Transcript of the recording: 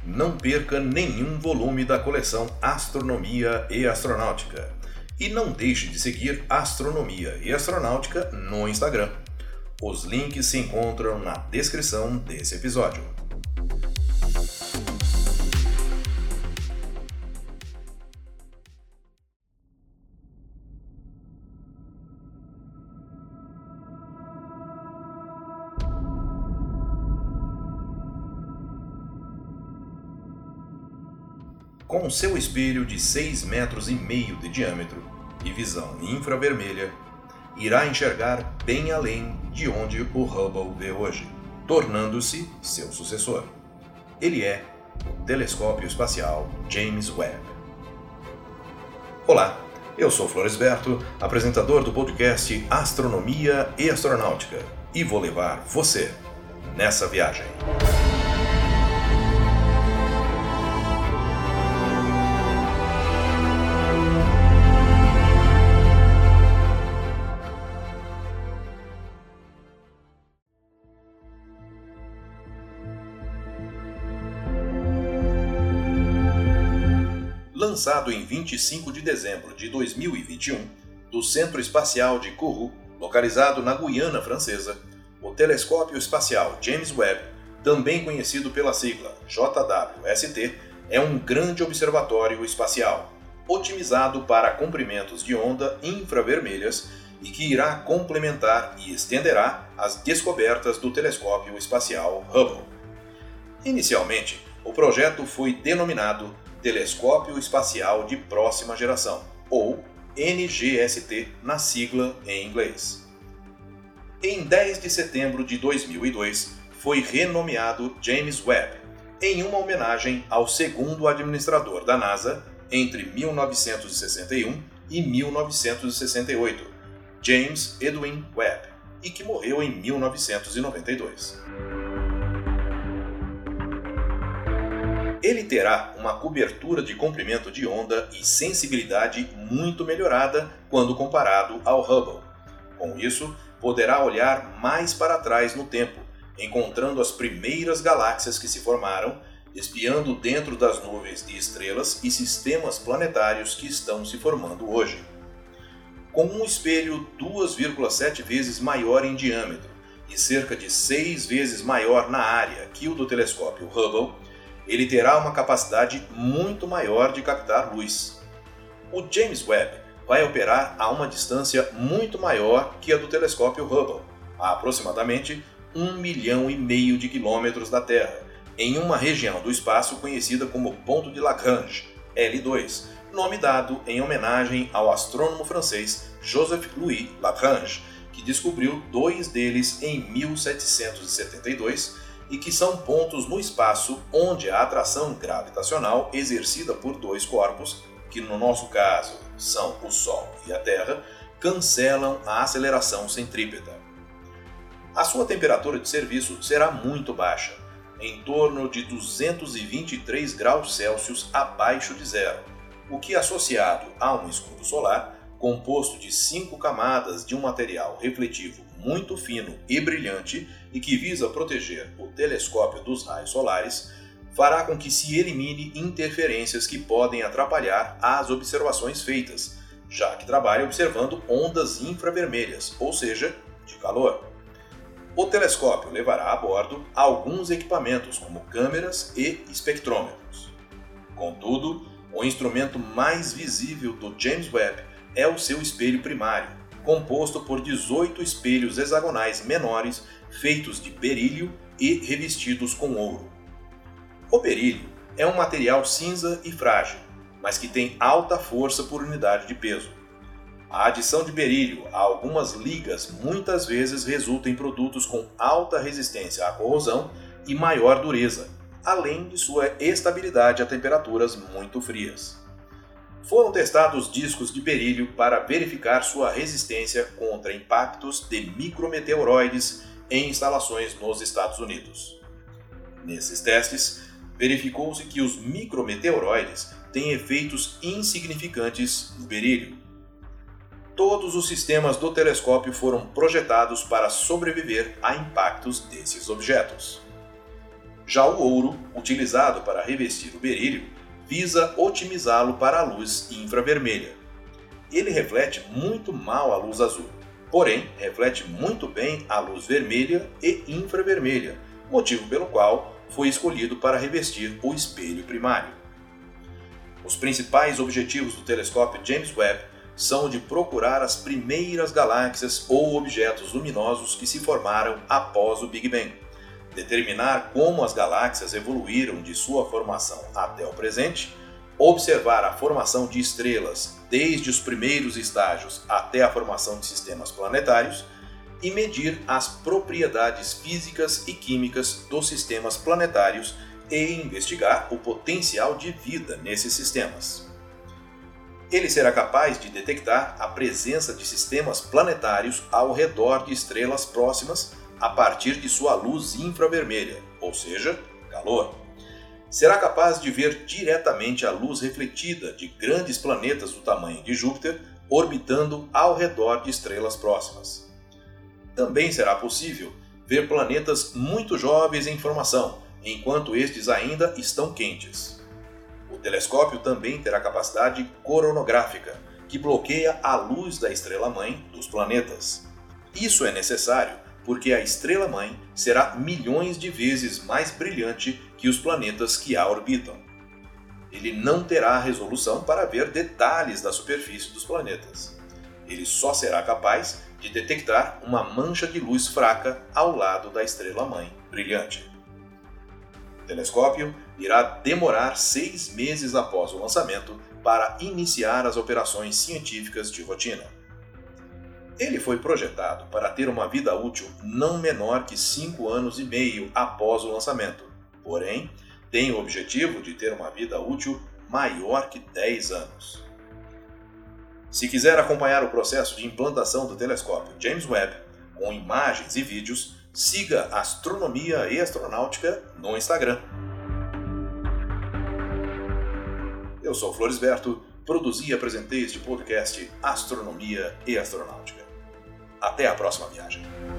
Não perca nenhum volume da coleção Astronomia e Astronáutica. E não deixe de seguir Astronomia e Astronáutica no Instagram. Os links se encontram na descrição desse episódio. Com seu espelho de 6,5 metros de diâmetro e visão infravermelha, irá enxergar bem além de onde o Hubble vê hoje, tornando-se seu sucessor. Ele é o Telescópio Espacial James Webb. Olá, eu sou Floresberto, apresentador do podcast Astronomia e Astronáutica, e vou levar você nessa viagem. Lançado em 25 de dezembro de 2021, do Centro Espacial de Kourou, localizado na Guiana Francesa, o Telescópio Espacial James Webb, também conhecido pela sigla JWST, é um grande observatório espacial, otimizado para comprimentos de onda infravermelhas e que irá complementar e estenderá as descobertas do Telescópio Espacial Hubble. Inicialmente, o projeto foi denominado Telescópio Espacial de Próxima Geração, ou NGST na sigla em inglês. Em 10 de setembro de 2002, foi renomeado James Webb, em uma homenagem ao segundo administrador da NASA entre 1961 e 1968, James Edwin Webb, e que morreu em 1992. Ele terá uma cobertura de comprimento de onda e sensibilidade muito melhorada quando comparado ao Hubble. Com isso, poderá olhar mais para trás no tempo, encontrando as primeiras galáxias que se formaram, espiando dentro das nuvens de estrelas e sistemas planetários que estão se formando hoje. Com um espelho 2,7 vezes maior em diâmetro e cerca de 6 vezes maior na área que o do telescópio Hubble, ele terá uma capacidade muito maior de captar luz. O James Webb vai operar a uma distância muito maior que a do telescópio Hubble, a aproximadamente 1,5 milhão de quilômetros da Terra, em uma região do espaço conhecida como Ponto de Lagrange, L2, nome dado em homenagem ao astrônomo francês Joseph-Louis Lagrange, que descobriu 2 deles em 1772, e que são pontos no espaço onde a atração gravitacional exercida por 2 corpos, que no nosso caso são o Sol e a Terra, cancelam a aceleração centrípeta. A sua temperatura de serviço será muito baixa, em torno de 223 graus Celsius abaixo de zero, o que, associado a um escudo solar, composto de 5 camadas de um material refletivo muito fino e brilhante e que visa proteger o telescópio dos raios solares, fará com que se elimine interferências que podem atrapalhar as observações feitas, já que trabalha observando ondas infravermelhas, ou seja, de calor. O telescópio levará a bordo alguns equipamentos como câmeras e espectrômetros. Contudo, o instrumento mais visível do James Webb é o seu espelho primário, composto por 18 espelhos hexagonais menores feitos de berílio e revestidos com ouro. O berílio é um material cinza e frágil, mas que tem alta força por unidade de peso. A adição de berílio a algumas ligas muitas vezes resulta em produtos com alta resistência à corrosão e maior dureza, além de sua estabilidade a temperaturas muito frias. Foram testados discos de berílio para verificar sua resistência contra impactos de micrometeoroides em instalações nos Estados Unidos. Nesses testes, verificou-se que os micrometeoroides têm efeitos insignificantes no berílio. Todos os sistemas do telescópio foram projetados para sobreviver a impactos desses objetos. Já o ouro, utilizado para revestir o berílio, visa otimizá-lo para a luz infravermelha. Ele reflete muito mal a luz azul, porém reflete muito bem a luz vermelha e infravermelha, motivo pelo qual foi escolhido para revestir o espelho primário. Os principais objetivos do telescópio James Webb são o de procurar as primeiras galáxias ou objetos luminosos que se formaram após o Big Bang, determinar como as galáxias evoluíram de sua formação até o presente, observar a formação de estrelas desde os primeiros estágios até a formação de sistemas planetários e medir as propriedades físicas e químicas dos sistemas planetários e investigar o potencial de vida nesses sistemas. Ele será capaz de detectar a presença de sistemas planetários ao redor de estrelas próximas a partir de sua luz infravermelha, ou seja, calor. Será capaz de ver diretamente a luz refletida de grandes planetas do tamanho de Júpiter orbitando ao redor de estrelas próximas. Também será possível ver planetas muito jovens em formação, enquanto estes ainda estão quentes. O telescópio também terá capacidade coronográfica, que bloqueia a luz da estrela-mãe dos planetas. Isso é necessário porque a estrela-mãe será milhões de vezes mais brilhante que os planetas que a orbitam. Ele não terá resolução para ver detalhes da superfície dos planetas. Ele só será capaz de detectar uma mancha de luz fraca ao lado da estrela-mãe brilhante. O telescópio irá demorar 6 meses após o lançamento para iniciar as operações científicas de rotina. Ele foi projetado para ter uma vida útil não menor que 5 anos e meio após o lançamento, porém, tem o objetivo de ter uma vida útil maior que 10 anos. Se quiser acompanhar o processo de implantação do telescópio James Webb, com imagens e vídeos, siga Astronomia e Astronáutica no Instagram. Eu sou Florisberto, produzi e apresentei este podcast Astronomia e Astronáutica. Até a próxima viagem.